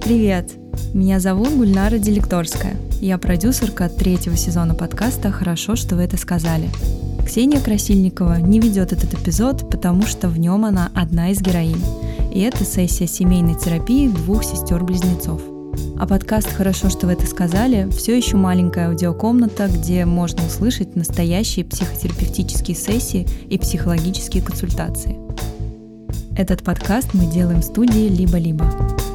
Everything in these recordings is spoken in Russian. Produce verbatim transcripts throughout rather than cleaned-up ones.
Привет! Меня зовут Гульнара Делекторская. Я продюсерка третьего сезона подкаста «Хорошо, что вы это сказали». Ксения Красильникова не ведет этот эпизод, потому что в нем она одна из героинь. И это сессия семейной терапии двух сестер-близнецов. А подкаст «Хорошо, что вы это сказали» все еще маленькая аудиокомната, где можно услышать настоящие психотерапевтические сессии и психологические консультации. Этот подкаст мы делаем в студии «Либо-либо».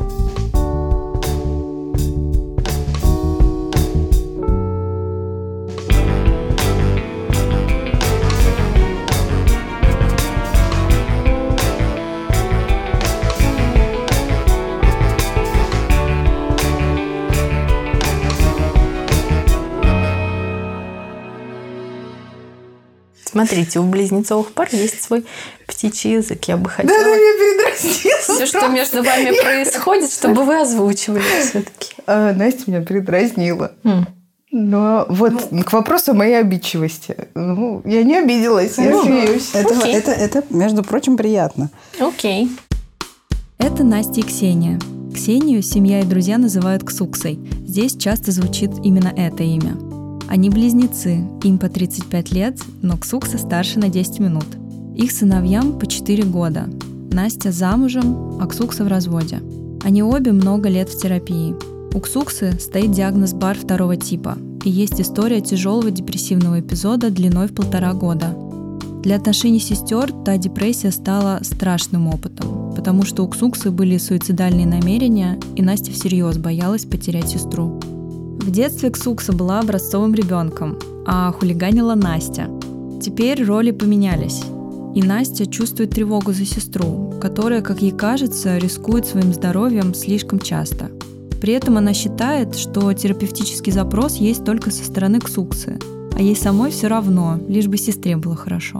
Смотрите, у близнецовых пар есть свой птичий язык. Я бы хотела... Да, она меня передразнила. Все, что между вами происходит, чтобы вы озвучивали все-таки. А, Настя меня передразнила. Mm. Но вот ну, к вопросу моей обидчивости. Ну, я не обиделась, я ну, смеюсь. Это, okay. это, это, между прочим, приятно. Окей. Okay. Это Настя и Ксения. Ксению семья и друзья называют Ксуксой. Здесь часто звучит именно это имя. Они близнецы, им по тридцать пять лет, но Ксукса старше на десять минут. Их сыновьям по четыре года. Настя замужем, а Ксукса в разводе. Они обе много лет в терапии. У Ксуксы стоит диагноз БАР второго типа, и есть история тяжелого депрессивного эпизода длиной в полтора года. Для отношений сестер та депрессия стала страшным опытом, потому что у Ксуксы были суицидальные намерения, и Настя всерьез боялась потерять сестру. В детстве Ксукса была образцовым ребенком, а хулиганила Настя. Теперь роли поменялись, и Настя чувствует тревогу за сестру, которая, как ей кажется, рискует своим здоровьем слишком часто. При этом она считает, что терапевтический запрос есть только со стороны Ксуксы, а ей самой все равно, лишь бы сестре было хорошо.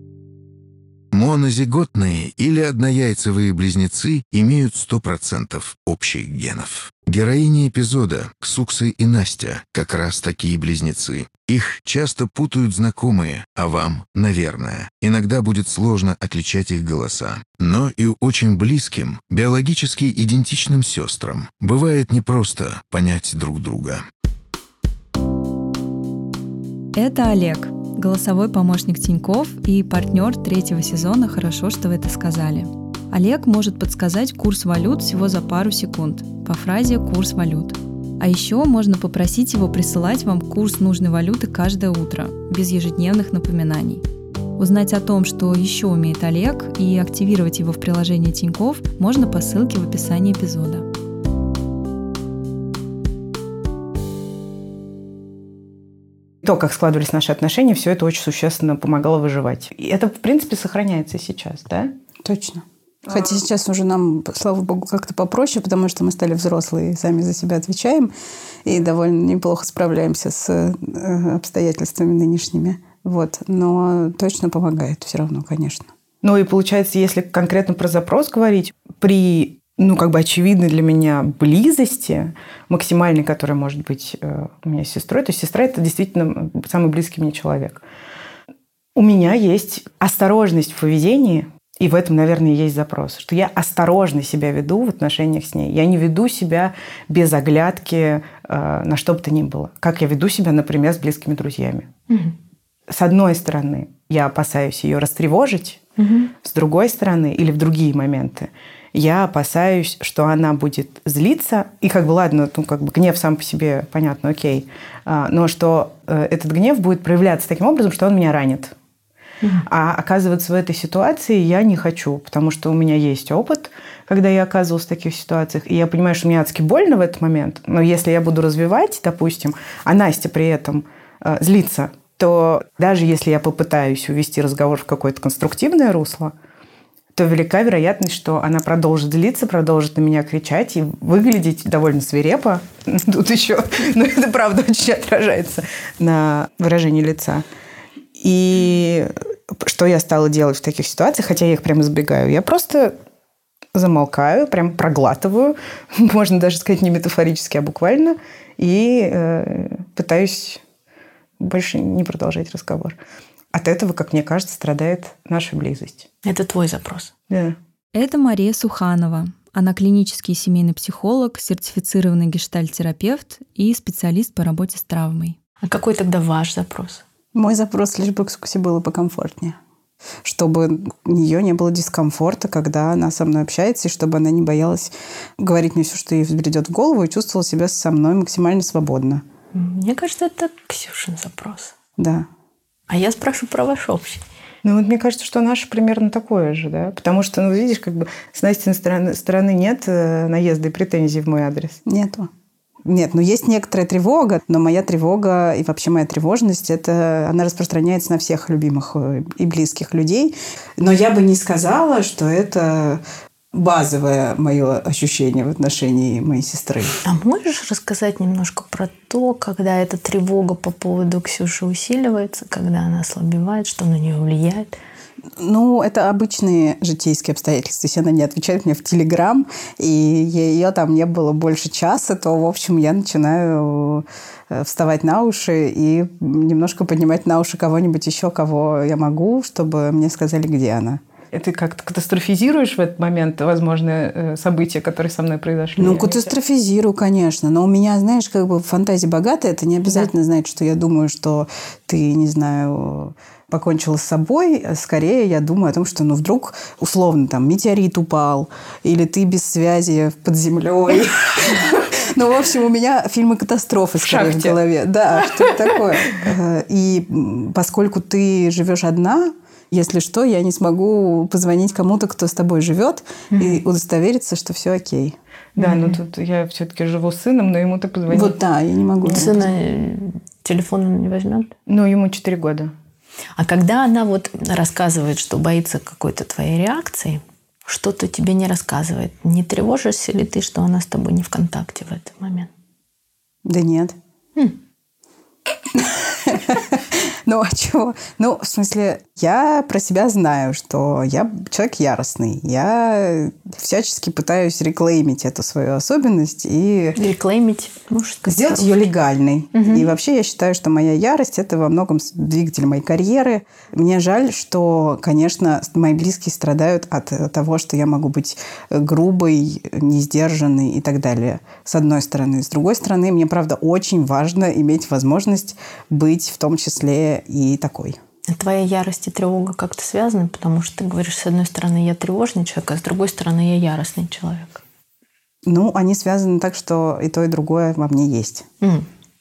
Монозиготные или однояйцевые близнецы имеют сто процентов общих генов. Героини эпизода Ксукса и Настя как раз такие близнецы. Их часто путают знакомые, а вам, наверное, иногда будет сложно отличать их голоса. Но и очень близким, биологически идентичным сестрам бывает непросто понять друг друга. Это Олег, голосовой помощник Тинькофф и партнер третьего сезона «Хорошо, что вы это сказали». Олег может подсказать курс валют всего за пару секунд по фразе «курс валют». А еще можно попросить его присылать вам курс нужной валюты каждое утро, без ежедневных напоминаний. Узнать о том, что еще умеет Олег, и активировать его в приложении Тинькофф можно по ссылке в описании эпизода. То, как складывались наши отношения, все это очень существенно помогало выживать. И это, в принципе, сохраняется и сейчас, да? Точно. Хотя сейчас уже нам, слава богу, как-то попроще, потому что мы стали взрослые и сами за себя отвечаем, и довольно неплохо справляемся с обстоятельствами нынешними. Вот. Но точно помогает все равно, конечно. Ну и получается, если конкретно про запрос говорить, при, ну, как бы очевидной для меня близости, максимальной, которая может быть у меня с сестрой, то есть сестра – это действительно самый близкий мне человек. У меня есть осторожность в поведении. И в этом, наверное, есть запрос, что я осторожно себя веду в отношениях с ней. Я не веду себя без оглядки э, на что бы то ни было. Как я веду себя, например, с близкими друзьями. Угу. С одной стороны, я опасаюсь ее растревожить. Угу. С другой стороны, или в другие моменты, я опасаюсь, что она будет злиться. И как бы, ладно, ну, как бы гнев сам по себе, понятно, окей. А, но что э, этот гнев будет проявляться таким образом, что он меня ранит. А оказываться в этой ситуации я не хочу, потому что у меня есть опыт, когда я оказывалась в таких ситуациях, и я понимаю, что мне адски больно в этот момент, но если я буду развивать, допустим, а Настя при этом э, злится, то даже если я попытаюсь увести разговор в какое-то конструктивное русло, то велика вероятность, что она продолжит злиться, продолжит на меня кричать и выглядеть довольно свирепо. Тут еще, но это правда очень отражается на выражении лица. И что я стала делать в таких ситуациях, хотя я их прям избегаю, я просто замолкаю, прям проглатываю, можно даже сказать не метафорически, а буквально, и э, пытаюсь больше не продолжать разговор. От этого, как мне кажется, страдает наша близость. Это твой запрос. Да. Это Мария Суханова. Она клинический семейный психолог, сертифицированный гештальт-терапевт и специалист по работе с травмой. А какой тогда ваш запрос? Мой запрос лишь бы к Суксе было покомфортнее. Чтобы у нее не было дискомфорта, когда она со мной общается, и чтобы она не боялась говорить мне все, что ей взбредет в голову, и чувствовала себя со мной максимально свободно. Мне кажется, это Ксюшин запрос. Да. А я спрашиваю про ваш общий. Ну, вот мне кажется, что наше примерно такое же, да? Потому что, ну, видишь, как бы с Настиной стороны, стороны нет наезда и претензий в мой адрес. Нету. Нет, ну есть некоторая тревога, но моя тревога и вообще моя тревожность, это, она распространяется на всех любимых и близких людей. Но я бы не сказала, что это базовое мое ощущение в отношении моей сестры. А можешь рассказать немножко про то, когда эта тревога по поводу Ксюши усиливается, когда она ослабевает, что на нее влияет? Ну, это обычные житейские обстоятельства. Если она не отвечает мне в Телеграм, и ее там не было больше часа, то, в общем, я начинаю вставать на уши и немножко поднимать на уши кого-нибудь еще, кого я могу, чтобы мне сказали, где она. И ты как-то катастрофизируешь в этот момент возможные события, которые со мной произошли? Ну, катастрофизирую, конечно. Но у меня, знаешь, как бы фантазия богатая. Это не обязательно Да. значит, что я думаю, что ты, не знаю, покончила с собой. Скорее, я думаю о том, что, ну, вдруг, условно, там, метеорит упал, или ты без связи под землей. Ну, в общем, у меня фильмы катастрофы скорее в голове. Да, что-то такое. И поскольку ты живешь одна, если что, я не смогу позвонить кому-то, кто с тобой живет, mm-hmm. и удостовериться, что все окей. Да, mm-hmm. но тут я все-таки живу с сыном, но ему ты позвонить. Вот да, я не могу. Сына телефон он не возьмет? Ну, ему четыре года. А когда она вот рассказывает, что боится какой-то твоей реакции, что-то тебе не рассказывает, не тревожишься ли ты, что она с тобой не в контакте в этот момент? Да нет. Хм. Ну, а чего? Ну, в смысле, я про себя знаю, что я человек яростный. Я всячески пытаюсь реклеймить эту свою особенность и... Реклеймить? Можешь сказать? Сделать ее легальной. Угу. И вообще я считаю, что моя ярость – это во многом двигатель моей карьеры. Мне жаль, что, конечно, мои близкие страдают от того, что я могу быть грубой, несдержанной и так далее. С одной стороны. С другой стороны, мне, правда, очень важно иметь возможность быть в том числе и такой. Твоя ярость и тревога как-то связаны, потому что ты говоришь, с одной стороны, я тревожный человек, а с другой стороны, я яростный человек. Ну, они связаны так, что и то, и другое во мне есть. Mm.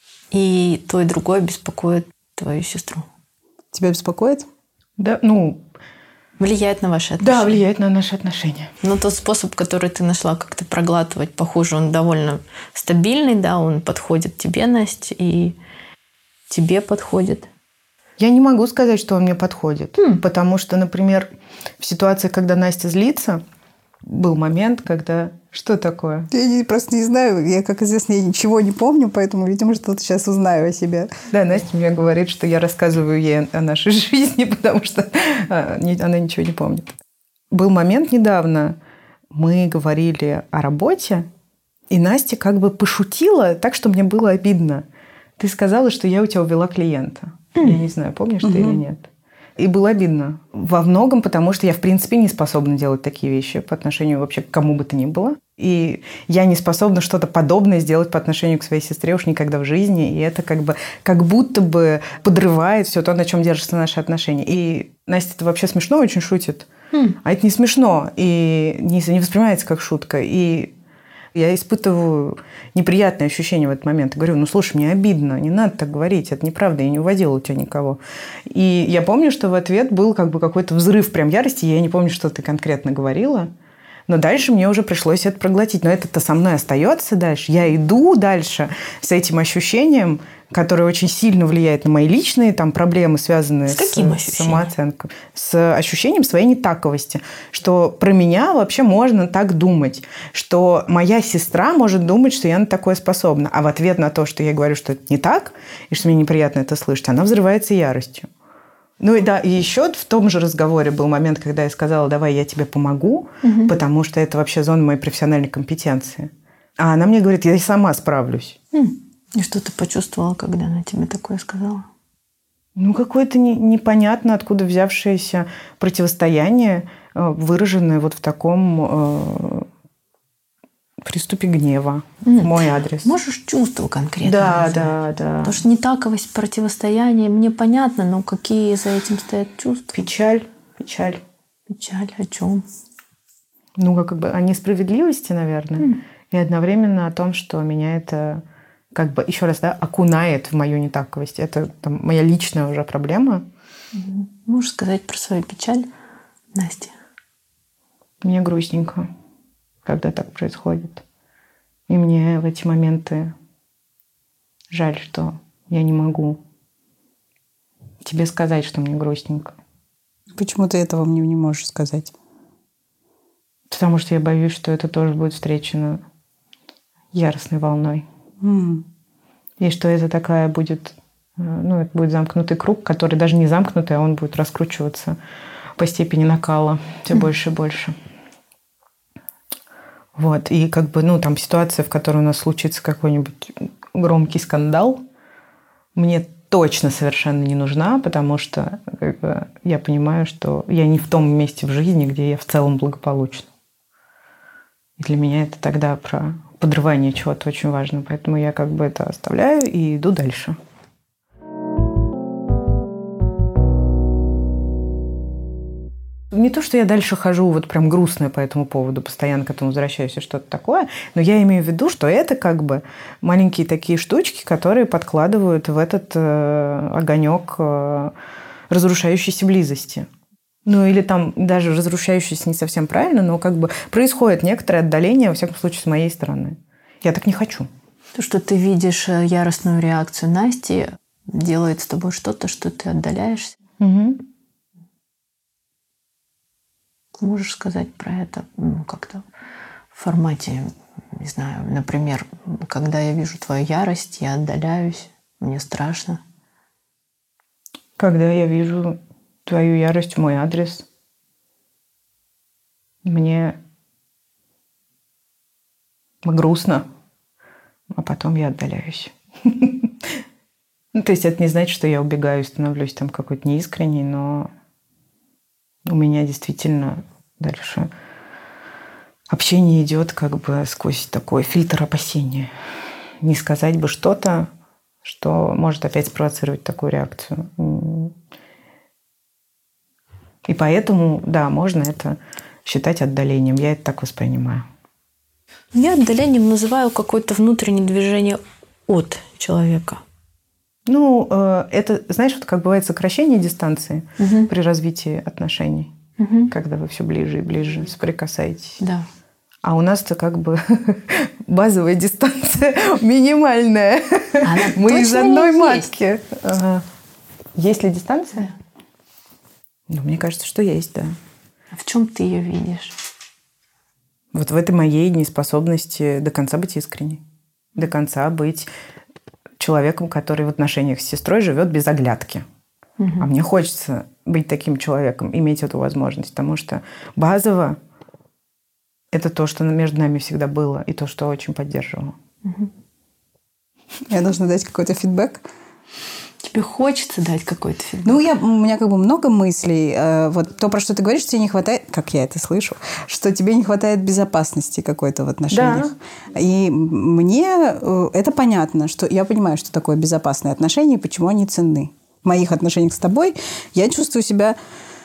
И то, и другое беспокоит твою сестру. Тебя беспокоит? Да, ну... Влияет на ваши отношения? Да, влияет на наши отношения. Но тот способ, который ты нашла как-то проглатывать, похоже, он довольно стабильный, да, он подходит тебе, Настя, и тебе подходит. Я не могу сказать, что он мне подходит. Mm. Потому что, например, в ситуации, когда Настя злится, был момент, когда... Что такое? Я просто не знаю. Я, как известно, я ничего не помню, поэтому, видимо, что-то сейчас узнаю о себе. Да, Настя мне говорит, что я рассказываю ей о нашей жизни, потому что она ничего не помнит. Был момент недавно, мы говорили о работе, и Настя как бы пошутила так, что мне было обидно. Ты сказала, что я у тебя увела клиента. Mm. Я не знаю, помнишь ты mm-hmm. или нет. И было обидно. Во многом, потому что я, в принципе, не способна делать такие вещи по отношению вообще к кому бы то ни было. И я не способна что-то подобное сделать по отношению к своей сестре уж никогда в жизни. И это как бы как будто бы подрывает все то, на чем держатся наши отношения. И Настя это вообще смешно очень шутит. Mm. А это не смешно. И не, не воспринимается как шутка. И я испытываю неприятные ощущения в этот момент. Я говорю, ну, слушай, мне обидно, не надо так говорить, это неправда, я не уводила у тебя никого. И я помню, что в ответ был как бы какой-то взрыв прям ярости, я не помню, что ты конкретно говорила, но дальше мне уже пришлось это проглотить. Но это-то со мной остается дальше. Я иду дальше с этим ощущением, которое очень сильно влияет на мои личные там, проблемы, связанные с, с самооценкой. С ощущением своей нетаковости. Что про меня вообще можно так думать. Что моя сестра может думать, что я на такое способна. А в ответ на то, что я говорю, что это не так, и что мне неприятно это слышать, она взрывается яростью. Ну и да, и еще в том же разговоре был момент, когда я сказала, давай я тебе помогу, угу. потому что это вообще зона моей профессиональной компетенции. А она мне говорит, я и сама справлюсь. И что ты почувствовала, когда она тебе такое сказала? Ну, какое-то не, непонятно, откуда взявшееся противостояние, выраженное вот в таком приступе гнева mm. в мой адрес. Можешь чувства конкретно Да, назвать? да, да. Потому что нетаковость, противостояние, мне понятно, но какие за этим стоят чувства? Печаль, печаль. Печаль о чем? Ну, как бы о несправедливости, наверное. Mm. И одновременно о том, что меня это, как бы, еще раз, да, окунает в мою нетаковость. Это там, моя личная уже проблема. Mm. Можешь сказать про свою печаль, Настя? Мне грустненько, когда так происходит. И мне в эти моменты жаль, что я не могу тебе сказать, что мне грустненько. Почему ты этого мне не можешь сказать? Потому что я боюсь, что это тоже будет встречено яростной волной. Mm. И что это такая будет... Ну, это будет замкнутый круг, который даже не замкнутый, а он будет раскручиваться по степени накала все mm. больше и больше. Вот. И как бы, ну, там ситуация, в которой у нас случится какой-нибудь громкий скандал, мне точно совершенно не нужна, потому что как бы, я понимаю, что я не в том месте в жизни, где я в целом благополучна. И для меня это тогда про подрывание чего-то очень важно. Поэтому я как бы это оставляю и иду дальше. Не то, что я дальше хожу вот прям грустная по этому поводу, постоянно к этому возвращаюсь и что-то такое, но я имею в виду, что это как бы маленькие такие штучки, которые подкладывают в этот э, огонек э, разрушающейся близости. Ну или там даже разрушающейся не совсем правильно, но как бы происходит некоторое отдаление, во всяком случае, с моей стороны. Я так не хочу. То, что ты видишь яростную реакцию Насти, делает с тобой что-то, что ты отдаляешься. Угу. Можешь сказать про это, ну, как-то в формате, не знаю, например, когда я вижу твою ярость, я отдаляюсь, мне страшно. Когда я вижу твою ярость в мой адрес, мне грустно, а потом я отдаляюсь. Ну, то есть это не значит, что я убегаю и становлюсь там какой-то неискренней, но у меня действительно дальше общение идет как бы сквозь такой фильтр опасения. Не сказать бы что-то, что может опять спровоцировать такую реакцию. И поэтому, да, можно это считать отдалением. Я это так воспринимаю. Я отдалением называю какое-то внутреннее движение от человека. Ну, это, знаешь, вот как бывает сокращение дистанции угу. при развитии отношений, угу. когда вы все ближе и ближе соприкасаетесь. Да. А у нас-то как бы базовая дистанция минимальная. Она Мы из одной есть. матки. Ага. Есть ли дистанция? Ну, мне кажется, что есть, да. А в чем ты ее видишь? Вот в этой моей неспособности до конца быть искренней. До конца быть человеком, который в отношениях с сестрой живет без оглядки. Угу. А мне хочется быть таким человеком, иметь эту возможность, потому что базово это то, что между нами всегда было, и то, что очень поддерживало. Угу. Я должна дать какой-то фидбэк. Тебе хочется дать какой-то фидбэк? Ну, я, у меня как бы много мыслей. Вот то, про что ты говоришь, тебе не хватает, как я это слышу, что тебе не хватает безопасности какой-то в отношениях. Да. И мне это понятно, что я понимаю, что такое безопасные отношения и почему они ценны. В моих отношениях с тобой я чувствую себя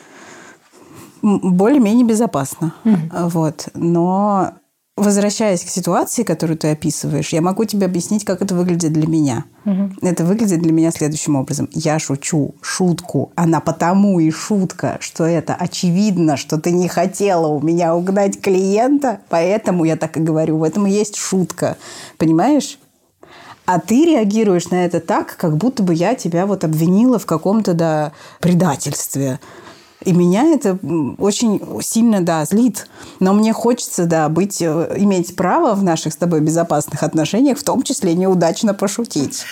более-менее безопасно. Mm-hmm. Вот. Но возвращаясь к ситуации, которую ты описываешь, я могу тебе объяснить, как это выглядит для меня. Угу. Это выглядит для меня следующим образом. Я шучу шутку, она потому и шутка, что это очевидно, что ты не хотела у меня угнать клиента, поэтому я так и говорю. В этом и есть шутка. Понимаешь? А ты реагируешь на это так, как будто бы я тебя вот обвинила в каком-то, да, предательстве. И меня это очень сильно, да, злит. Но мне хочется, да, быть, иметь право в наших с тобой безопасных отношениях, в том числе неудачно пошутить.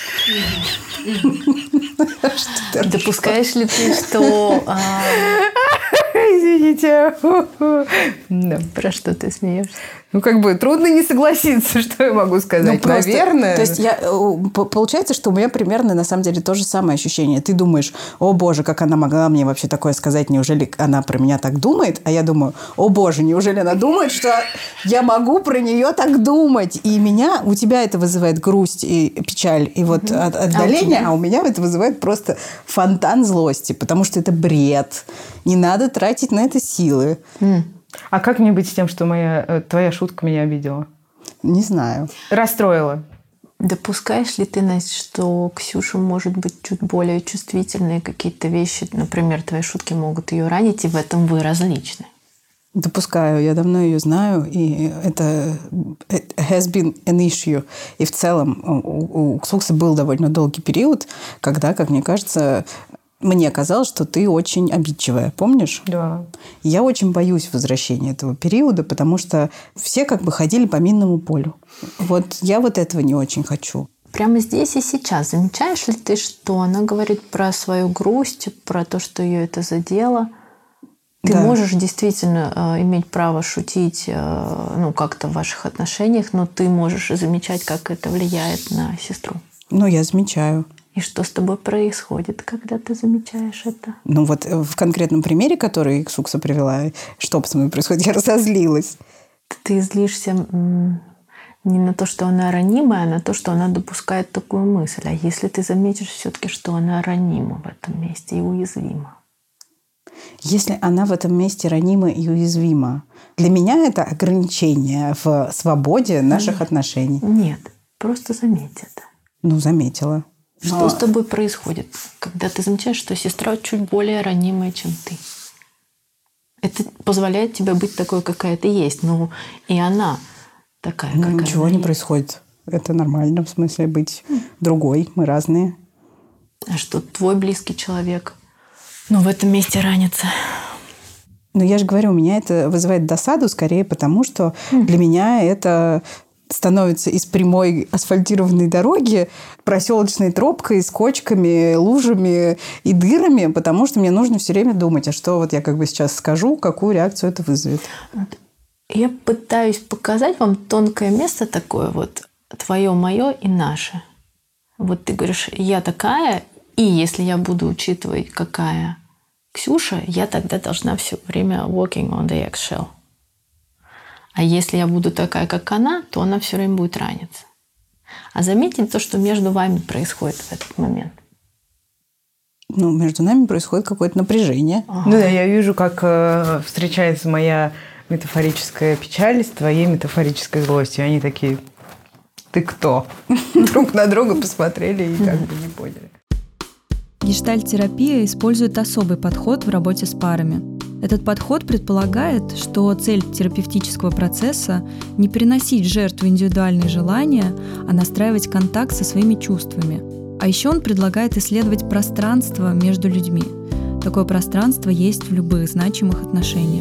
Допускаешь ли ты, что... извините. Да. Про что ты смеешься? Ну, как бы трудно не согласиться, что я могу сказать. Ну, просто, наверное. То есть, я, получается, что у меня примерно, на самом деле, то же самое ощущение. Ты думаешь, о, боже, как она могла мне вообще такое сказать, неужели она про меня так думает? А я думаю, о, боже, неужели она думает, что я могу про нее так думать? И меня, у тебя это вызывает грусть и печаль, и вот mm-hmm. отдаление, а у, а у меня это вызывает просто фонтан злости, потому что это бред. Не надо тратить на это силы. Mm. А как мне быть с тем, что моя, твоя шутка меня обидела? Не знаю. Расстроила. Допускаешь ли ты, Настя, что Ксюша может быть чуть более чувствительной, какие-то вещи, например, твои шутки могут ее ранить, и в этом вы различны? Допускаю. Я давно ее знаю, и это it has been an issue. И в целом у, у Ксуксы был довольно долгий период, когда, как мне кажется, мне казалось, что ты очень обидчивая. Помнишь? Да. Я очень боюсь возвращения этого периода, потому что все как бы ходили по минному полю. Вот я вот этого не очень хочу. Прямо здесь и сейчас замечаешь ли ты, что она говорит про свою грусть, про то, что ее это задело? Ты да. можешь действительно э, иметь право шутить э, ну, как-то в ваших отношениях, но ты можешь замечать, как это влияет на сестру. Ну, я замечаю. И что с тобой происходит, когда ты замечаешь это? Ну вот в конкретном примере, который Ксукса привела, что со мной происходит? Я разозлилась. Ты злишься не на то, что она ранимая, а на то, что она допускает такую мысль. А если ты заметишь все-таки, что она ранима в этом месте и уязвима? Если она в этом месте ранима и уязвима, для меня это ограничение в свободе наших Нет. отношений. Нет, просто заметь это. Ну, заметила. Что Но... с тобой происходит, когда ты замечаешь, что сестра чуть более ранимая, чем ты? Это позволяет тебе быть такой, какая ты есть. Ну, и она такая, ну, какая ничего она не есть. происходит. Это нормально, в смысле быть другой. Мы разные. А что твой близкий человек, ну, в этом месте ранится? Ну, я же говорю, у меня это вызывает досаду скорее потому, что для меня это... становится из прямой асфальтированной дороги проселочной тропкой с кочками, лужами и дырами, потому что мне нужно все время думать, а что вот я как бы сейчас скажу, какую реакцию это вызовет. Я пытаюсь показать вам тонкое место такое вот, твое, мое и наше. Вот ты говоришь, я такая, и если я буду учитывать, какая Ксюша, я тогда должна все время walking on the eggshell. А если я буду такая, как она, то она все время будет раниться. А заметьте то, что между вами происходит в этот момент. Ну, между нами происходит какое-то напряжение. Ага. Ну да, я вижу, как э, встречается моя метафорическая печаль с твоей метафорической злостью. Они такие, ты кто? Друг на друга посмотрели и как бы не поняли. Гештальт-терапия использует особый подход в работе с парами. Этот подход предполагает, что цель терапевтического процесса – не приносить в жертву индивидуальные желания, а настраивать контакт со своими чувствами. А еще он предлагает исследовать пространство между людьми. Такое пространство есть в любых значимых отношениях.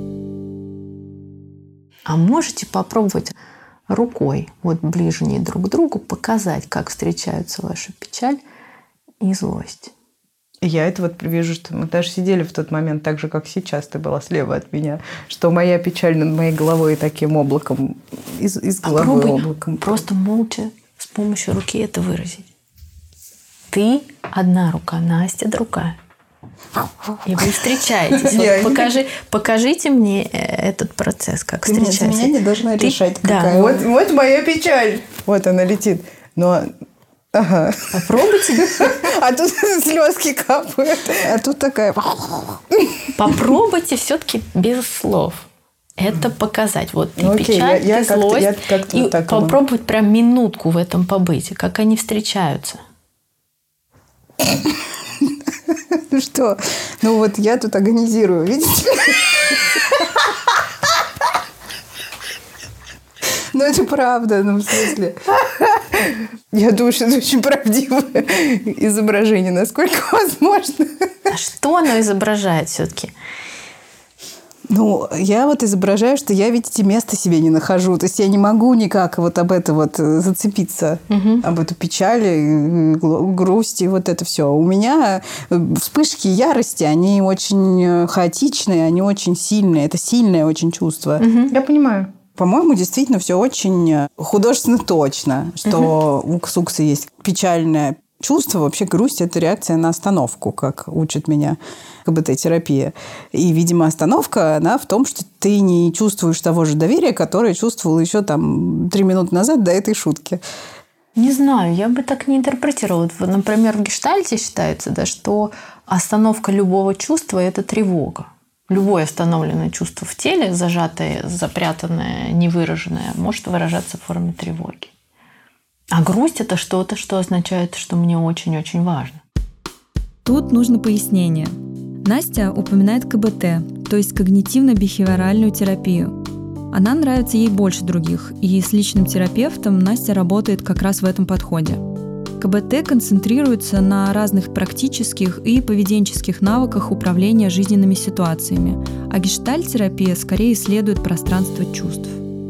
А можете попробовать рукой, вот ближние друг к другу, показать, как встречаются ваша печаль и злость? Я это вот вижу, что мы даже сидели в тот момент так же, как сейчас, ты была слева от меня, что моя печаль над моей головой таким облаком, из, из головы Попробуй облаком. просто молча с помощью руки это выразить. Ты одна рука, Настя другая. И вы встречаетесь. Вот покажи, покажите мне этот процесс, как Ты встречаетесь. за меня не должна Ты- решать, да. какая. Вот, вот моя печаль. Вот она летит. Но... Ага. Попробуйте, А тут слезки капают. А тут такая... попробуйте все-таки без слов это показать. Вот и Ну, окей, печаль, я- я и как-то- злость. я как-то И вот так и попробовать прям минутку в этом побыть, как они встречаются. Ну что? Ну вот я тут агонизирую, видите? Ну это правда, ну в смысле. Я думаю, что это очень правдивое изображение, насколько возможно. А что оно изображает все-таки? Ну, я вот изображаю, что я, видите, места себе не нахожу. То есть я не могу никак вот об это вот зацепиться, угу. об эту печаль, грусть и вот это все. У меня вспышки ярости, они очень хаотичные, они очень сильные. Это сильное очень чувство. Угу. Я понимаю. По-моему, действительно все очень художественно точно, что угу. у Ксуксы есть печальное чувство. Вообще грусть – это реакция на остановку, как учит меня ка бэ тэ-терапия. И, видимо, остановка, она в том, что ты не чувствуешь того же доверия, которое чувствовал еще там три минуты назад до этой шутки. Не знаю, я бы так не интерпретировала. Например, в гештальте считается, да, что остановка любого чувства – это тревога. Любое остановленное чувство в теле, зажатое, запрятанное, невыраженное, может выражаться в форме тревоги. А грусть – это что-то, что означает, что мне очень-очень важно. Тут нужно пояснение. Настя упоминает ка бэ тэ, то есть когнитивно-бихевиоральную терапию. Она нравится ей больше других, и с личным терапевтом Настя работает как раз в этом подходе. ка бэ тэ концентрируется на разных практических и поведенческих навыках управления жизненными ситуациями, а гештальт-терапия скорее исследует пространство чувств.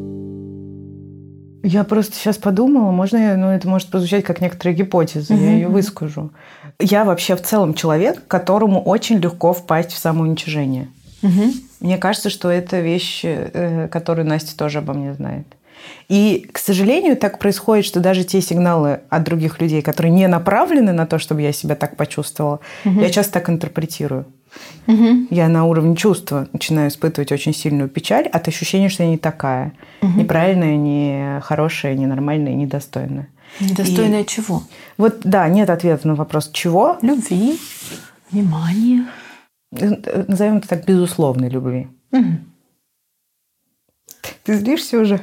Я просто сейчас подумала, можно я, ну, это может прозвучать как некоторая гипотеза, uh-huh. я ее выскажу. Я вообще в целом человек, которому очень легко впасть в самоуничижение. Uh-huh. Мне кажется, что это вещь, которую Настя тоже обо мне знает. И, к сожалению, так происходит, что даже те сигналы от других людей, которые не направлены на то, чтобы я себя так почувствовала, uh-huh. я часто так интерпретирую. Угу. Я на уровне чувства начинаю испытывать очень сильную печаль от ощущения, что я не такая. Угу. Неправильная, не хорошая, не нормальная, недостойная. Недостойная И... чего? Вот, да, нет ответа на вопрос «чего?». Любви, внимания. Назовем это так, безусловной любви. Угу. Ты злишься уже?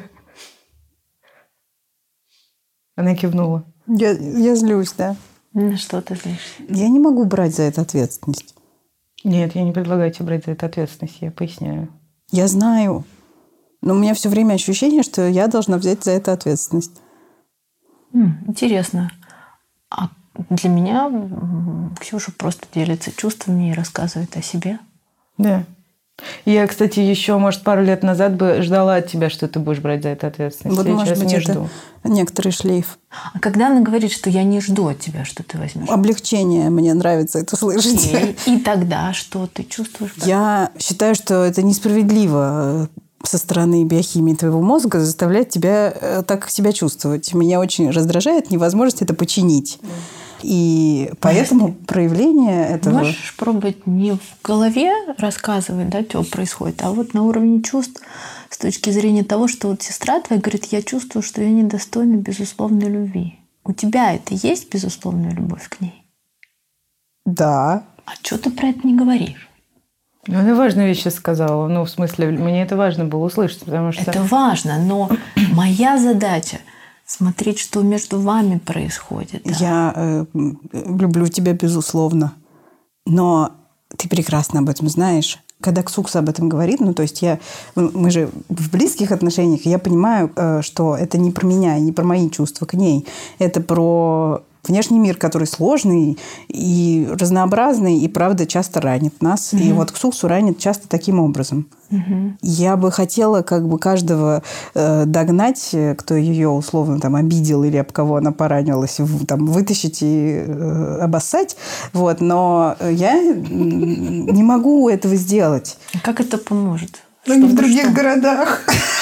Она кивнула. Я, я злюсь, да. На что ты злишься? Я не могу брать за это ответственность. Нет, я не предлагаю тебе брать за это ответственность, я поясняю. Я знаю. Но у меня все время ощущение, что я должна взять за это ответственность. Интересно. А для меня Ксюша просто делится чувствами и рассказывает о себе. Да. Я, кстати, еще, может, пару лет назад бы ждала от тебя, что ты будешь брать за это ответственность. Вот, я может сейчас быть, не это жду. Некоторый шлейф. А когда она говорит, что я не жду от тебя, что ты возьмешь? Облегчение. Мне нравится это слышать. И, и тогда что ты чувствуешь? Я считаю, что это несправедливо со стороны биохимии твоего мозга заставлять тебя так себя чувствовать. Меня очень раздражает невозможность это починить. И поэтому проявление этого... Можешь пробовать не в голове рассказывать, да, что происходит, а вот на уровне чувств с точки зрения того, что вот сестра твоя говорит, я чувствую, что я недостойна безусловной любви. У тебя это есть безусловная любовь к ней? Да. А что ты про это не говоришь? Ну, она важную вещь сейчас сказала. Ну, в смысле, мне это важно было услышать, потому что... Это важно, но моя задача смотреть, что между вами происходит. Да? Я э, люблю тебя, безусловно. Но ты прекрасно об этом знаешь. Когда Ксукса об этом говорит, ну, то есть я, мы же в близких отношениях, я понимаю, э, что это не про меня, не про мои чувства к ней. Это про внешний мир, который сложный и разнообразный, и, правда, часто ранит нас. Mm-hmm. И вот Ксуксу ранит часто таким образом. Mm-hmm. Я бы хотела как бы каждого э, догнать, кто ее условно там обидел или об кого она поранилась, в, там, вытащить и э, обоссать. Вот. Но я не могу этого сделать. Как это поможет? В других что? городах.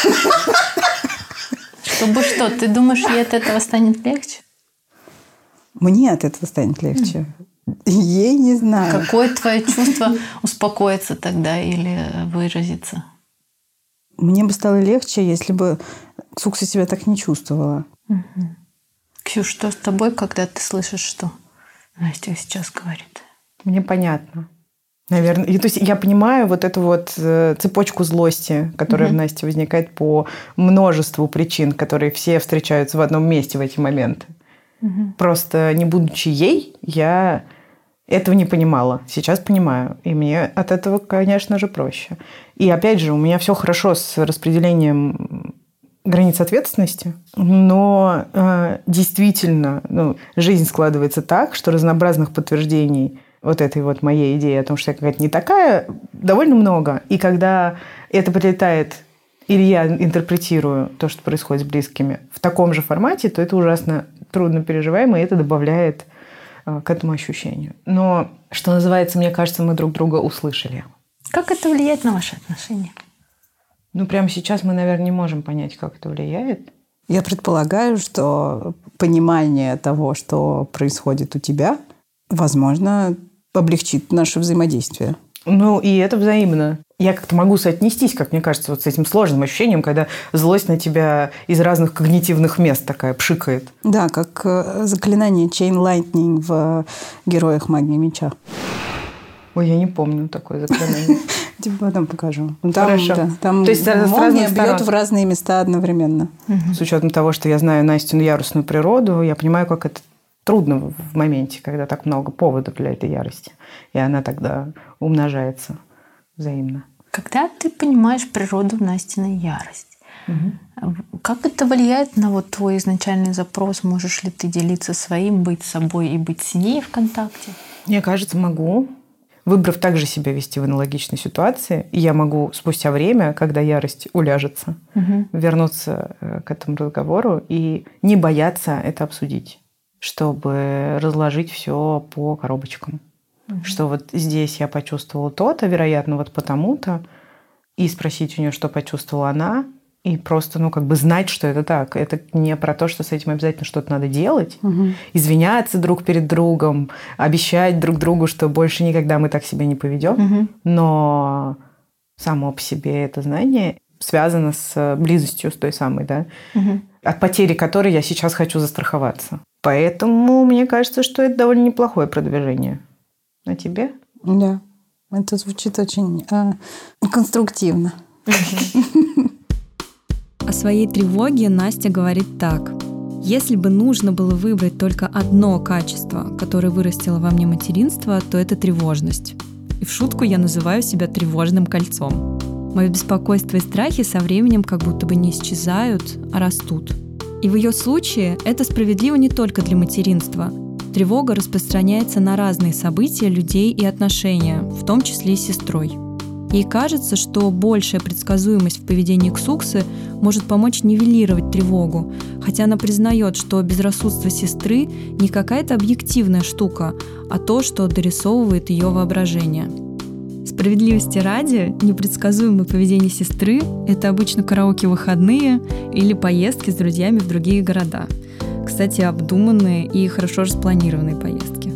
Чтобы что? Ты думаешь, ей от этого станет легче? Мне от этого станет легче. Mm. Ей не знаю. Какое твое чувство успокоится тогда или выразится? Мне бы стало легче, если бы Ксукса себя так не чувствовала. Угу. Ксюш, что с тобой, когда ты слышишь, что Настя сейчас говорит? Мне понятно. Наверное. И, то есть я понимаю вот эту вот цепочку злости, которая угу. в Насте возникает по множеству причин, которые все встречаются в одном месте в эти моменты. Угу. Просто не будучи ей, я этого не понимала. Сейчас понимаю. И мне от этого, конечно же, проще. И опять же, у меня все хорошо с распределением границ ответственности, но э, действительно ну, жизнь складывается так, что разнообразных подтверждений вот этой вот моей идеи о том, что я какая-то не такая, довольно много. И когда это прилетает, или я интерпретирую то, что происходит с близкими, в таком же формате, то это ужасно трудно переживаемо, и это добавляет э, к этому ощущению. Но, что называется, мне кажется, мы друг друга услышали. Как это влияет на ваши отношения? Ну, прямо сейчас мы, наверное, не можем понять, как это влияет. Я предполагаю, что понимание того, что происходит у тебя, возможно, облегчит наше взаимодействие. Ну, и это взаимно. Я как-то могу соотнестись, как мне кажется, вот с этим сложным ощущением, когда злость на тебя из разных когнитивных мест такая пшикает. Да, как заклинание Chain Lightning в «Героях магии меча». Ой, я не помню такое заклинание. Тебе потом покажу. Там, Хорошо. Да, там То есть молния бьет в разные места одновременно. С учетом того, что я знаю Настину яростную природу, я понимаю, как это трудно в моменте, когда так много поводов для этой ярости. И она тогда умножается взаимно. Когда ты понимаешь природу Настиной ярости, угу. как это влияет на вот твой изначальный запрос? Можешь ли ты делиться своим, быть собой и быть с ней в контакте? Мне кажется, могу. Выбрав также себя вести в аналогичной ситуации, я могу спустя время, когда ярость уляжется, угу. вернуться к этому разговору и не бояться это обсудить, чтобы разложить все по коробочкам. Угу. Что вот здесь я почувствовала то-то, вероятно, вот потому-то, и спросить у нее, что почувствовала она, и просто, ну, как бы знать, что это так. Это не про то, что с этим обязательно что-то надо делать, угу. извиняться друг перед другом, обещать друг другу, что больше никогда мы так себя не поведем. Угу. Но само по себе это знание связано с близостью, с той самой, да, угу. от потери которой я сейчас хочу застраховаться. Поэтому мне кажется, что это довольно неплохое продвижение. А тебе? Да. Это звучит очень э, конструктивно. О своей тревоге Настя говорит так. Если бы нужно было выбрать только одно качество, которое вырастило во мне материнство, то это тревожность. И в шутку я называю себя тревожным кольцом. Мое беспокойство и страхи со временем как будто бы не исчезают, а растут. И в ее случае это справедливо не только для материнства. Тревога распространяется на разные события, людей и отношения, в том числе и с сестрой. Ей кажется, что большая предсказуемость в поведении Ксуксы может помочь нивелировать тревогу, хотя она признает, что безрассудство сестры не какая-то объективная штука, а то, что дорисовывает ее воображение. Справедливости ради, непредсказуемое поведение сестры – это обычно караоке-выходные или поездки с друзьями в другие города. Кстати, обдуманные и хорошо распланированные поездки.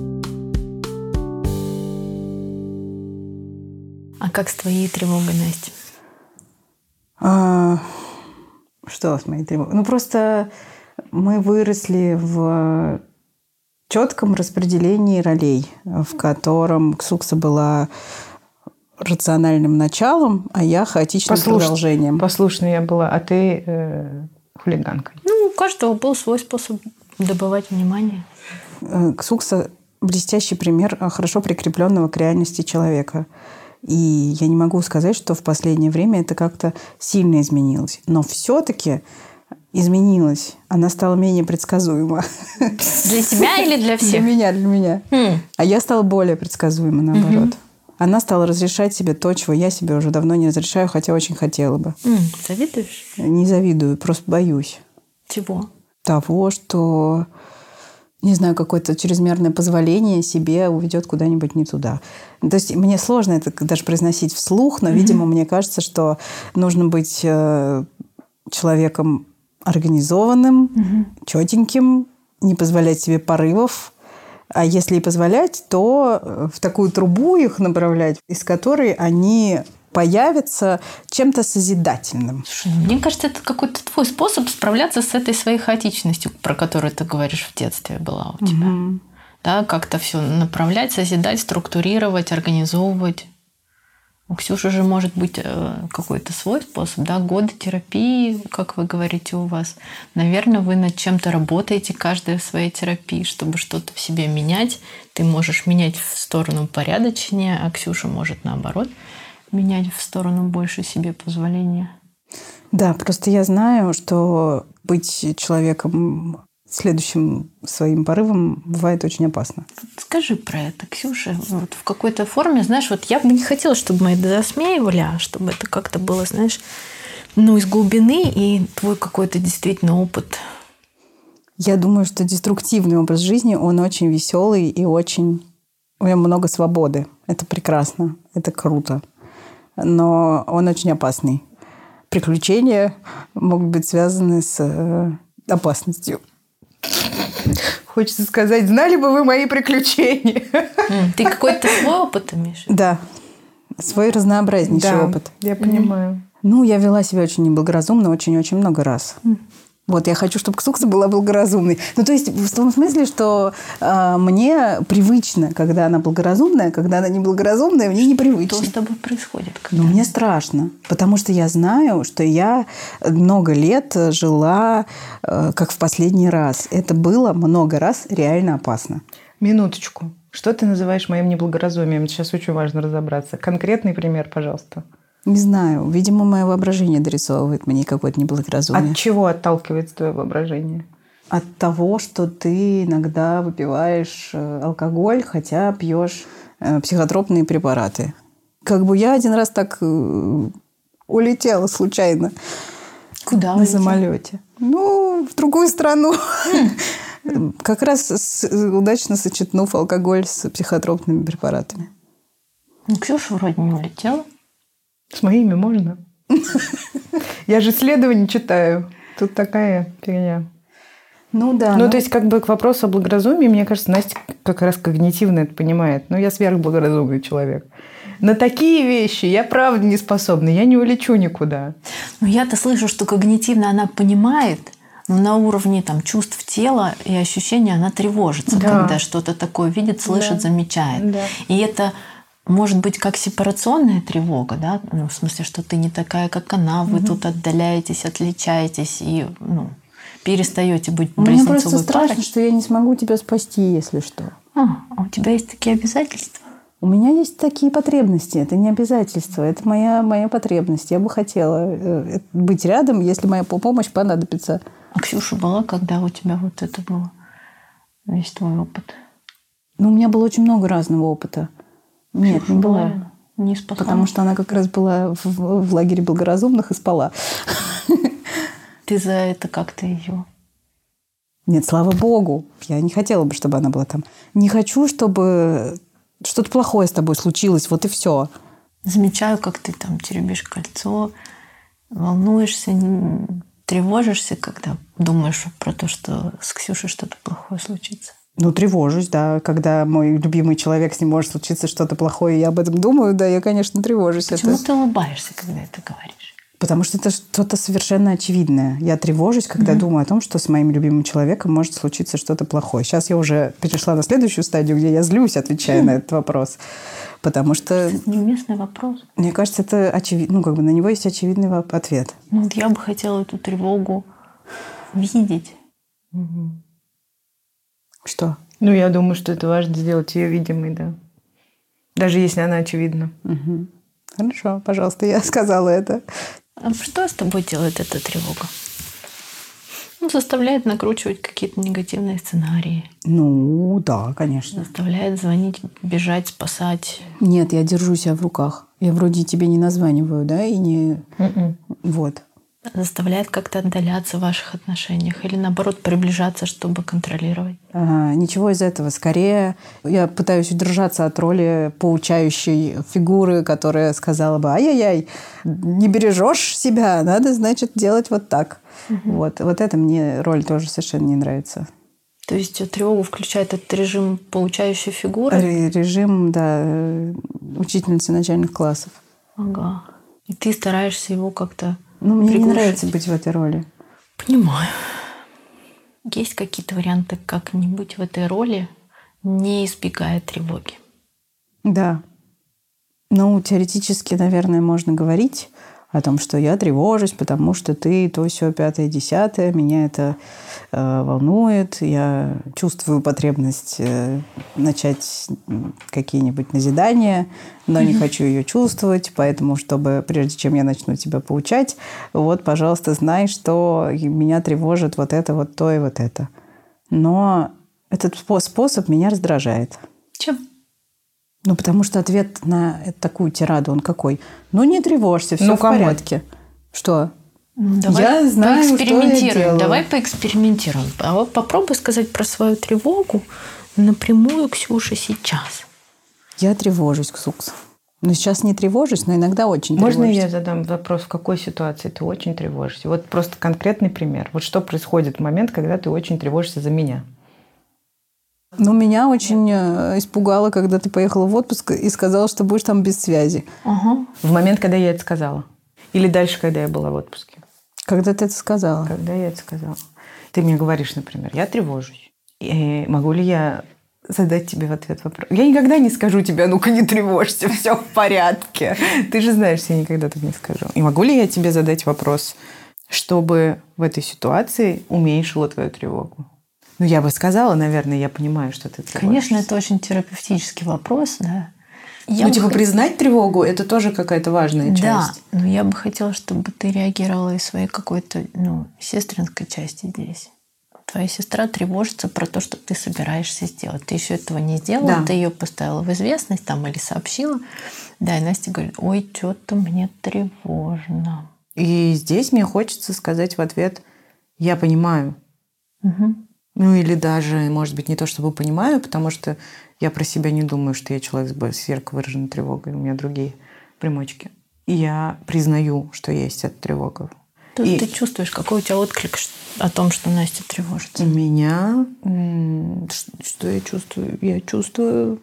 А как с твоей тревогой, Настя? А, что с моей тревогой? Ну, просто мы выросли в четком распределении ролей, в котором Ксукса была рациональным началом, а я хаотичным Послуш... продолжением. Послушная я была, а ты э, хулиганкой. Ну, у каждого был свой способ добывать внимание. Ксукса – блестящий пример хорошо прикрепленного к реальности человека. И я не могу сказать, что в последнее время это как-то сильно изменилось. Но все-таки изменилось. Она стала менее предсказуема. Для тебя или для всех? Для меня, для меня. Mm. А я стала более предсказуема, наоборот. Mm-hmm. Она стала разрешать себе то, чего я себе уже давно не разрешаю, хотя очень хотела бы. Mm. Завидуешь? Не завидую, просто боюсь. Чего? Того, что... не знаю, какое-то чрезмерное позволение себе уведет куда-нибудь не туда. То есть мне сложно это даже произносить вслух, но, mm-hmm. видимо, мне кажется, что нужно быть э, человеком организованным, mm-hmm. четеньким, не позволять себе порывов. А если и позволять, то в такую трубу их направлять, из которой они появятся чем-то созидательным. Слушай, мне кажется, это какой-то твой способ справляться с этой своей хаотичностью, про которую ты говоришь, в детстве была у тебя. Угу. Да, как-то все направлять, созидать, структурировать, организовывать. У Ксюши же может быть какой-то свой способ, да, годы терапии, как вы говорите у вас. Наверное, вы над чем-то работаете, каждая в своей терапии, чтобы что-то в себе менять. Ты можешь менять в сторону порядочнее, а Ксюша может наоборот менять в сторону больше себе позволения. Да, просто я знаю, что быть человеком следующим своим порывом бывает очень опасно. Скажи про это, Ксюша. Вот в какой-то форме, знаешь, вот я бы не хотела, чтобы мы это засмеивали, а чтобы это как-то было, знаешь, ну, из глубины и твой какой-то действительно опыт. Я думаю, что деструктивный образ жизни, он очень веселый и очень... У него много свободы. Это прекрасно, это круто. Но он очень опасный. Приключения могут быть связаны с опасностью. Хочется сказать, знали бы вы мои приключения. Ты какой-то свой опыт имеешь? Да. Свой разнообразнейший да, опыт. Я понимаю. Ну, я вела себя очень неблагоразумно очень-очень много раз. Вот, я хочу, чтобы Ксукса была благоразумной. Ну, то есть, в том смысле, что э, мне привычно, когда она благоразумная, когда она неблагоразумная, мне непривычно. Что с тобой происходит? Когда... Ну, мне страшно, потому что я знаю, что я много лет жила э, как в последний раз. Это было много раз реально опасно. Минуточку. Что ты называешь моим неблагоразумием? Сейчас очень важно разобраться. Конкретный пример, пожалуйста. Не знаю. Видимо, мое воображение дорисовывает мне какое-то неблагоразумие. От чего отталкивается твое воображение? От того, что ты иногда выпиваешь алкоголь, хотя пьешь психотропные препараты. Как бы я один раз так улетела случайно. Куда на самолете? Ну, в другую страну. Как раз удачно сочетнув алкоголь с психотропными препаратами. Ну, Ксюша вроде не улетела. С моими можно? Я же исследования читаю. Тут такая фигня. Ну да. Ну, но... то есть, как бы к вопросу о благоразумии, мне кажется, Настя как раз когнитивно это понимает. Ну, я сверхблагоразумный человек. На такие вещи я правда не способна. Я не улечу никуда. Ну, я-то слышу, что когнитивно она понимает, но на уровне там, чувств тела и ощущений она тревожится, да. когда что-то такое видит, слышит, да. замечает. Да. И это... Может быть, как сепарационная тревога, да? Ну, в смысле, что ты не такая, как она, вы угу. тут отдаляетесь, отличаетесь и ну, перестаете быть близнецовой парой. Мне просто страшно, что я не смогу тебя спасти, если что. А, а у тебя есть такие обязательства? У меня есть такие потребности. Это не обязательство, это моя, моя потребность. Я бы хотела быть рядом, если моя помощь понадобится. А Ксюша была, когда у тебя вот это было? Весь твой опыт? Ну, у меня было очень много разного опыта. Нет, Ксюша не была. была. Не спасла. Потому что она как раз была в, в лагере благоразумных и спала. Ты за это как-то ее... Нет, слава богу. Я не хотела бы, чтобы она была там. Не хочу, чтобы что-то плохое с тобой случилось. Вот и все. Замечаю, как ты там теребишь кольцо, волнуешься, тревожишься, когда думаешь про то, что с Ксюшей что-то плохое случится. Ну, тревожусь, да. Когда мой любимый человек, с ним может случиться что-то плохое, и я об этом думаю, да, я, конечно, тревожусь. Почему это... ты улыбаешься, когда это говоришь? Потому что это что-то совершенно очевидное. Я тревожусь, когда mm-hmm. думаю о том, что с моим любимым человеком может случиться что-то плохое. Сейчас я уже перешла на следующую стадию, где я злюсь, отвечая mm-hmm. на этот вопрос. Потому что... Это неуместный вопрос. Мне кажется, это очевидно. Ну, как бы на него есть очевидный ответ. Ну, вот я бы хотела эту тревогу видеть. Mm-hmm. Что? Ну, я думаю, что это важно сделать ее видимой, да. Даже если она очевидна. Угу. Хорошо, пожалуйста, я сказала это. А что с тобой делает эта тревога? Ну, заставляет накручивать какие-то негативные сценарии. Ну, да, конечно. Заставляет звонить, бежать, спасать. Нет, я держу себя в руках. Я вроде тебе не названиваю, да, и не... Mm-mm. Вот. Заставляет как-то отдаляться в ваших отношениях или, наоборот, приближаться, чтобы контролировать? А, ничего из этого. Скорее, я пытаюсь удержаться от роли поучающей фигуры, которая сказала бы: ай-яй-яй, не бережешь себя, надо, значит, делать вот так. Угу. Вот. Вот это мне роль тоже совершенно не нравится. То есть тревогу включает этот режим поучающей фигуры? Р- режим, да, учительницы начальных классов. Ага. И ты стараешься его как-то... Ну, мне приглушить. Не нравится быть в этой роли. Понимаю. Есть какие-то варианты, как не быть в этой роли, не избегая тревоги? Да. Ну, теоретически, наверное, можно говорить о том, что я тревожусь, потому что ты то, сё, пятое, десятое, меня это э, волнует, я чувствую потребность э, начать какие-нибудь назидания, но не хочу ее чувствовать, поэтому, чтобы прежде чем я начну тебя поучать, вот, пожалуйста, знай, что меня тревожит вот это, вот то и вот это. Но этот способ меня раздражает. Чем? Ну, потому что ответ на такую тираду, он какой? Ну, не тревожься, все Ну, в камон. порядке. Что? Давай Я знаю, что я поэкспериментируем. делаю. Давай поэкспериментируем. А вот попробуй сказать про свою тревогу напрямую Ксюше сейчас. Я тревожусь, Ксукс. Ну, сейчас не тревожусь, но иногда очень Можно тревожусь. я задам вопрос, в какой ситуации ты очень тревожишься? Вот просто конкретный пример. Вот что происходит в момент, когда ты очень тревожишься за меня? Ну, меня очень э, испугало, когда ты поехала в отпуск и сказала, что будешь там без связи. Ага. В момент, когда я это сказала? Или дальше, когда я была в отпуске? Когда ты это сказала? Когда я это сказала? Ты мне говоришь, например, я тревожусь. И могу ли я задать тебе в ответ вопрос? Я никогда не скажу тебе, ну-ка не тревожься, все в порядке. Ты же знаешь, я никогда так не скажу. И могу ли я тебе задать вопрос, чтобы в этой ситуации уменьшило твою тревогу? Ну, я бы сказала, наверное, я понимаю, что ты тревожишься. Конечно, это очень терапевтический вопрос, да. Я Ну, бы типа, хот- признать тревогу – это тоже какая-то важная Да, часть. но я бы хотела, чтобы ты реагировала из своей какой-то, ну, сестринской части здесь. Твоя сестра тревожится про то, что ты собираешься сделать. Ты еще этого не сделала, Да. ты ее поставила в известность там или сообщила. Да, и Настя говорит, ой, что-то мне тревожно. И здесь мне хочется сказать в ответ «я понимаю». Угу. Ну, или даже, может быть, не то чтобы понимаю, потому что я про себя не думаю, что я человек с ярко выраженной тревогой. У меня другие примочки. И я признаю, что есть эта тревога. Тут И ты чувствуешь, какой у тебя отклик ш- о том, что Настя тревожится. у меня... м, ш- Что я чувствую? Я чувствую...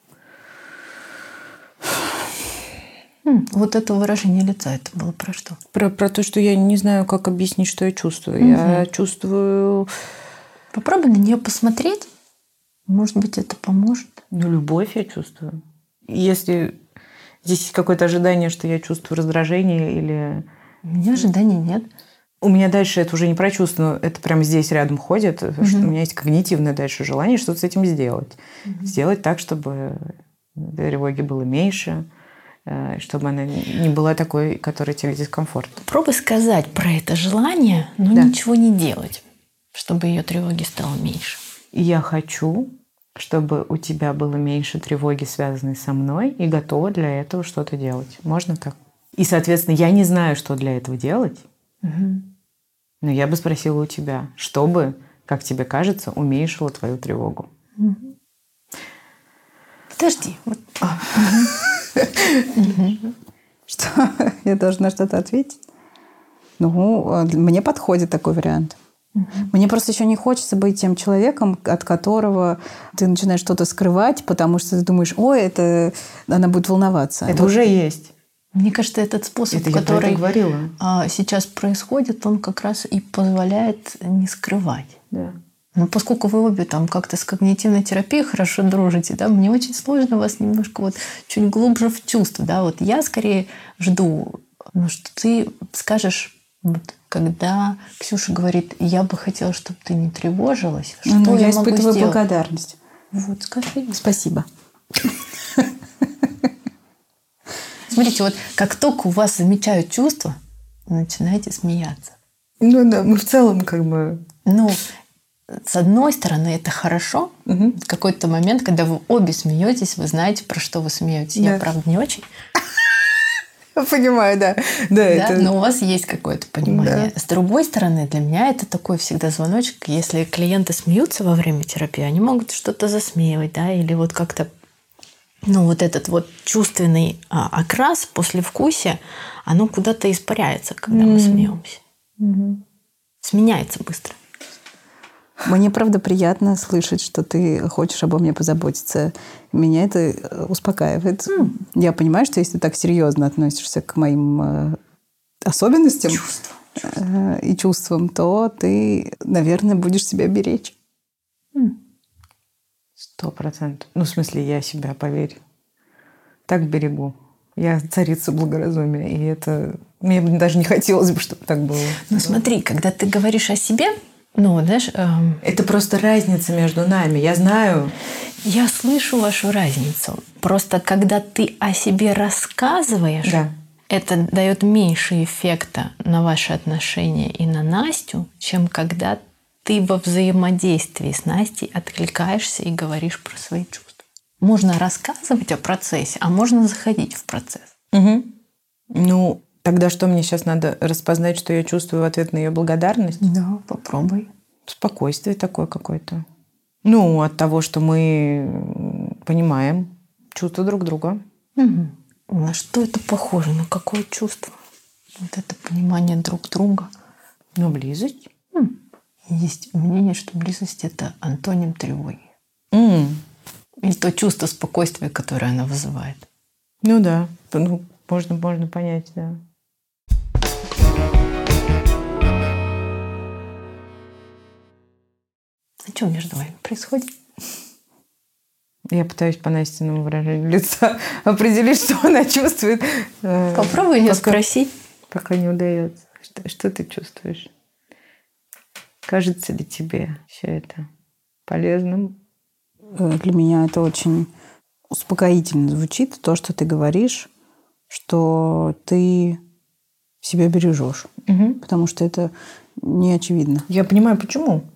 М, Вот это выражение лица, это было про что? Про, про то, что я не знаю, как объяснить, что я чувствую. Я чувствую... Попробуй на нее посмотреть. Может быть, это поможет. Ну, любовь я чувствую. Если здесь есть какое-то ожидание, что я чувствую раздражение или... У меня ожиданий нет. У меня дальше это уже не про чувство, это прямо здесь рядом ходит. Что у меня есть когнитивное дальше желание что-то с этим сделать. Сделать так, чтобы тревоги было меньше, э, чтобы она не была такой, которая тебе дискомфорт. Попробуй сказать про это желание, но Да. ничего не делать, чтобы ее тревоги стало меньше. И я хочу, чтобы у тебя было меньше тревоги, связанной со мной, и готова для этого что-то делать. Можно так? И, соответственно, я не знаю, что для этого делать, но я бы спросила у тебя, чтобы, как тебе кажется, уменьшило твою тревогу. Подожди. Вот. Что? Я должна что-то ответить? Ну, мне подходит такой вариант. Мне просто еще не хочется быть тем человеком, от которого ты начинаешь что-то скрывать, потому что ты думаешь, ой, это она будет волноваться. Это Вот. уже есть. Мне кажется, этот способ, Это я про это который говорила. а, сейчас происходит, он как раз и позволяет не скрывать. Да. Но поскольку вы обе там как-то с когнитивной терапией хорошо дружите, да, мне очень сложно вас немножко вот чуть глубже в чувство. Да, вот я скорее жду, ну, что ты скажешь, вот, когда Ксюша говорит, я бы хотела, чтобы ты не тревожилась, что Ну, я, я могу испытываю сделать? благодарность. Вот, скажи. Спасибо. Смотрите, вот как только у вас замечают чувства, начинаете смеяться. Ну да, мы в целом как бы... Ну, с одной стороны, это хорошо. Мгм. В какой-то момент, когда вы обе смеетесь, вы знаете, про что вы смеетесь. Я, Да. правда, не очень. Понимаю, да. Да, Да, это... но у вас есть какое-то понимание. С другой стороны, для меня это такой всегда звоночек. Если клиенты смеются во время терапии, они могут что-то засмеивать, да, или вот как-то, ну, вот этот вот чувственный а, окрас, послевкусие, оно куда-то испаряется, когда мы смеемся. Сменяется быстро. Мне, правда, приятно слышать, что ты хочешь обо мне позаботиться. Меня это успокаивает. Я понимаю, что если ты так серьезно относишься к моим э, особенностям э, и чувствам, то ты, наверное, будешь себя беречь. Сто процентов. Ну, в смысле, я себя, поверь, так берегу. Я царица благоразумия, и это... Мне даже не хотелось бы, чтобы так было. Ну, смотри, когда ты говоришь о себе, ну, знаешь, эм, Это просто разница между нами. Я знаю... я слышу вашу разницу. Просто когда ты о себе рассказываешь, Да. это дает меньше эффекта на ваши отношения и на Настю, чем когда ты во взаимодействии с Настей откликаешься и говоришь про свои чувства. Можно рассказывать о процессе, а можно заходить в процесс. Угу. Ну, тогда что мне сейчас надо распознать, что я чувствую в ответ на ее благодарность? Да, попробуй. Спокойствие такое какое-то. Ну, от того, что мы понимаем чувства друг друга. Угу. На что это похоже? На какое чувство? Вот это понимание друг друга. Ну, близость. М. Есть мнение, что близость – это антоним тревоги. Mm. Или то чувство спокойствия, которое она вызывает. Ну да, ну, можно, можно понять, да. А что между вами происходит? Я пытаюсь по Настиному выражению лица определить, что она чувствует. Попробуй ее спросить. Пока не удается. Что, что ты чувствуешь? Кажется ли тебе все это полезным? Для меня это очень успокоительно звучит, то, что ты говоришь, что ты себя бережешь. Угу. Потому что это не очевидно. Я понимаю, почему.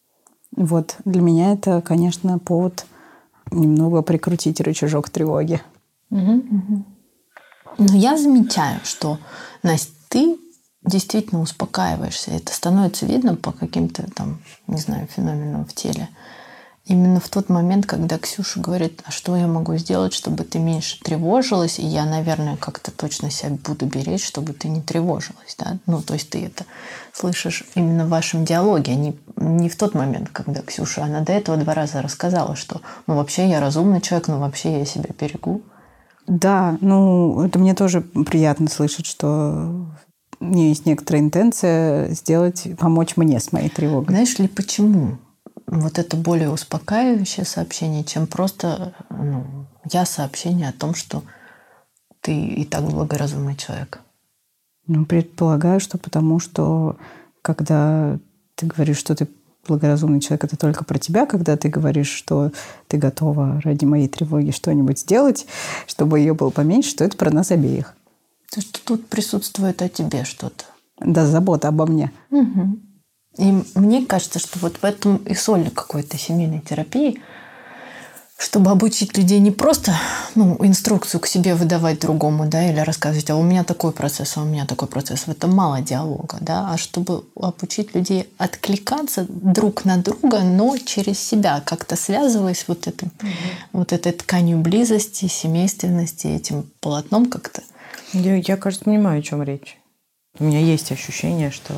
Вот. Для меня это, конечно, повод немного прикрутить рычажок тревоги. Угу. Угу. Но я замечаю, что, Настя, ты действительно успокаиваешься. Это становится видно по каким-то там, не знаю, феноменам в теле. Именно в тот момент, когда Ксюша говорит, а что я могу сделать, чтобы ты меньше тревожилась, и я, наверное, как-то точно себя буду беречь, чтобы ты не тревожилась. Да? Ну, то есть ты это слышишь именно в вашем диалоге, а не, не в тот момент, когда Ксюша, она до этого два раза рассказала, что ну вообще я разумный человек, но вообще я себя берегу. Да, ну это мне тоже приятно слышать, что у меня есть некоторая интенция сделать, помочь мне с моей тревогой. Знаешь ли, почему? Вот это более успокаивающее сообщение, чем просто ну, я сообщение о том, что ты и так благоразумный человек. Ну, предполагаю, что потому что когда ты говоришь, что ты благоразумный человек, это только про тебя, когда ты говоришь, что ты готова ради моей тревоги что-нибудь сделать, чтобы ее было поменьше, то это про нас обеих. То, что тут присутствует о тебе что-то. Да, забота обо мне. Угу. И мне кажется, что вот в этом и соль какой-то семейной терапии, чтобы обучить людей не просто ну, инструкцию к себе выдавать другому, да, или рассказывать, а у меня такой процесс, а у меня такой процесс. В этом мало диалога, да, а чтобы обучить людей откликаться друг на друга, но через себя, как-то связываясь вот, этим, угу. вот этой тканью близости, семейственности, этим полотном как-то. Я, я, кажется, понимаю, о чем речь. У меня есть ощущение, что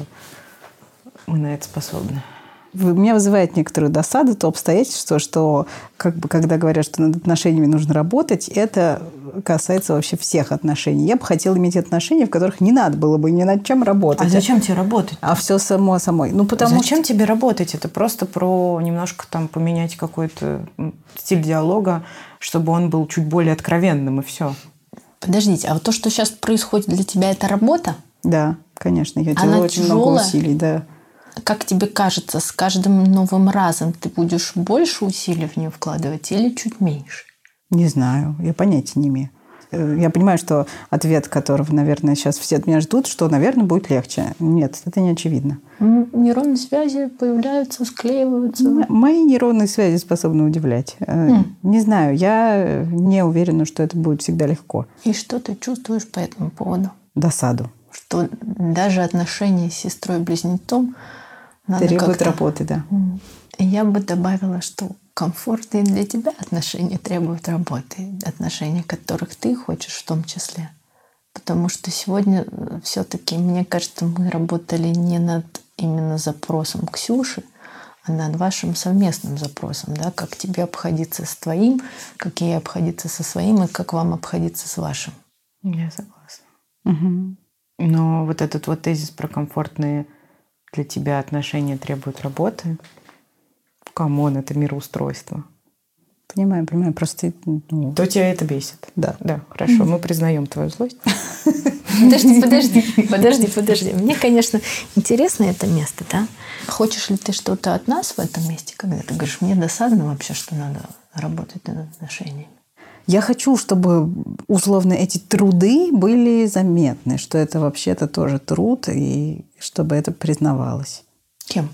мы на это способны. Меня вызывает некоторую досаду то обстоятельство, что как бы, когда говорят, что над отношениями нужно работать, это касается вообще всех отношений. Я бы хотела иметь отношения, в которых не надо было бы ни над чем работать. А зачем тебе работать? А все само самой. Ну, потому зачем что... тебе работать? Это просто про немножко там поменять какой-то стиль диалога, чтобы он был чуть более откровенным, и все. Подождите, а вот то, что сейчас происходит для тебя, это работа? Да, конечно. Я Она делаю очень тяжелая? много усилий, да. Как тебе кажется, с каждым новым разом ты будешь больше усилий в нее вкладывать или чуть меньше? Не знаю, я понятия не имею. Я понимаю, что ответ, которого, наверное, сейчас все от меня ждут, что, наверное, будет легче. Нет, это не очевидно. Нейронные связи появляются, склеиваются. Мои нейронные связи способны удивлять. Mm. Не знаю, я не уверена, что это будет всегда легко. И что ты чувствуешь по этому поводу? Досаду. Что даже отношения с сестрой-близнецом надо требует как-то... работы, да. Я бы добавила, что комфортные для тебя отношения требуют работы, отношения, которых ты хочешь в том числе. Потому что сегодня все-таки, мне кажется, мы работали не над именно запросом Ксюши, а над вашим совместным запросом, да, как тебе обходиться с твоим, как ей обходиться со своим, и как вам обходиться с вашим. Я согласна. Угу. Но вот этот вот тезис про комфортные для тебя отношения требуют работы. Камон, это мироустройство. Понимаю, понимаю. Просто... Ну... То тебя это бесит. Да. Да, хорошо, мы признаем твою злость. Подожди, подожди, подожди, подожди. Мне, конечно, интересно это место, да? Хочешь ли ты что-то от нас в этом месте, когда ты говоришь, мне досадно вообще, что надо работать над отношениями? Я хочу, чтобы, условно, эти труды были заметны, что это вообще-то тоже труд, и чтобы это признавалось. Кем? Кем?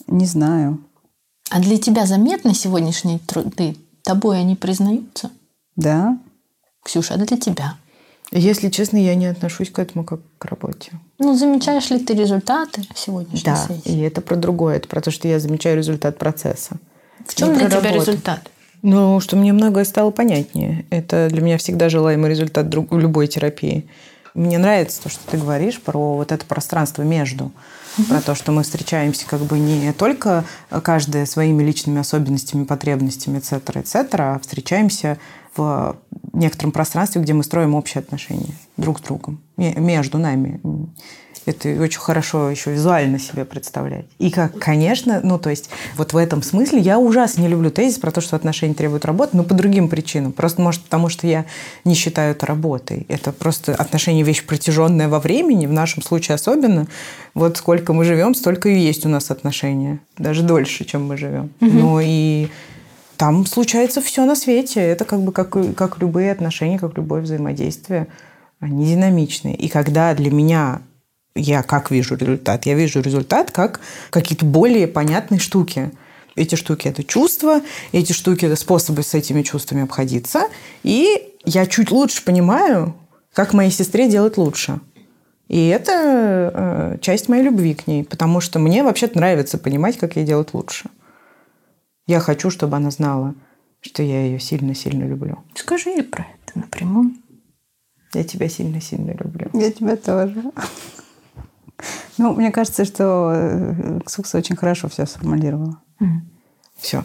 Не знаю. А для тебя заметны сегодняшние труды? Тобой они признаются? Да. Ксюша, а для тебя? Если честно, я не отношусь к этому как к работе. Ну, замечаешь ли ты результаты сегодняшней Да, сессии? и это про другое. Это про то, что я замечаю результат процесса. В чем Не для про тебя работу. результат? Ну, что мне многое стало понятнее. Это для меня всегда желаемый результат друг- любой терапии. Мне нравится то, что ты говоришь про вот это пространство между. Mm-hmm. Про то, что мы встречаемся как бы не только каждая своими личными особенностями, потребностями, et cetera, et cetera, а встречаемся в некотором пространстве, где мы строим общие отношения друг с другом, между нами. Это очень хорошо еще визуально себе представлять. И, как, конечно, ну, то есть, вот в этом смысле я ужасно не люблю тезис про то, что отношения требуют работы, но по другим причинам. Просто, может, потому что я не считаю это работой. Это просто отношения вещь протяженная во времени, в нашем случае особенно. Вот сколько мы живем, столько и есть у нас отношения. Даже дольше, чем мы живем. Mm-hmm. Ну, и там случается все на свете. Это как бы как, как любые отношения, как любое взаимодействие. Они динамичные. И когда для меня... Я как вижу результат? Я вижу результат как какие-то более понятные штуки. Эти штуки – это чувства, эти штуки – это способы с этими чувствами обходиться. И я чуть лучше понимаю, как моей сестре делать лучше. И это э, часть моей любви к ней, потому что мне вообще-то нравится понимать, как ей делать лучше. Я хочу, чтобы она знала, что я ее сильно-сильно люблю. Скажи ей про это напрямую. Я тебя сильно-сильно люблю. Я тебя тоже. Ну, мне кажется, что Ксукса очень хорошо все сформулировала. Mm. Все.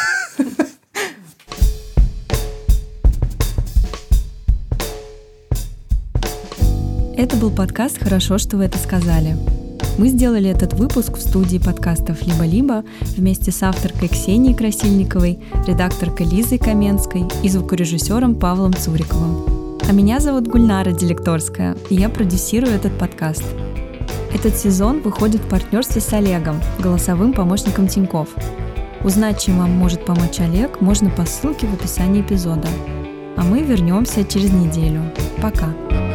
Это был подкаст «Хорошо, что вы это сказали». Мы сделали этот выпуск в студии подкастов «Либо-либо» вместе с авторкой Ксенией Красильниковой, редакторкой Лизой Каменской и звукорежиссером Павлом Цуриковым. А меня зовут Гульнара Делекторская, и я продюсирую этот подкаст. Этот сезон выходит в партнерстве с Олегом, голосовым помощником Тинькофф. Узнать, чем вам может помочь Олег, можно по ссылке в описании эпизода. А мы вернемся через неделю. Пока!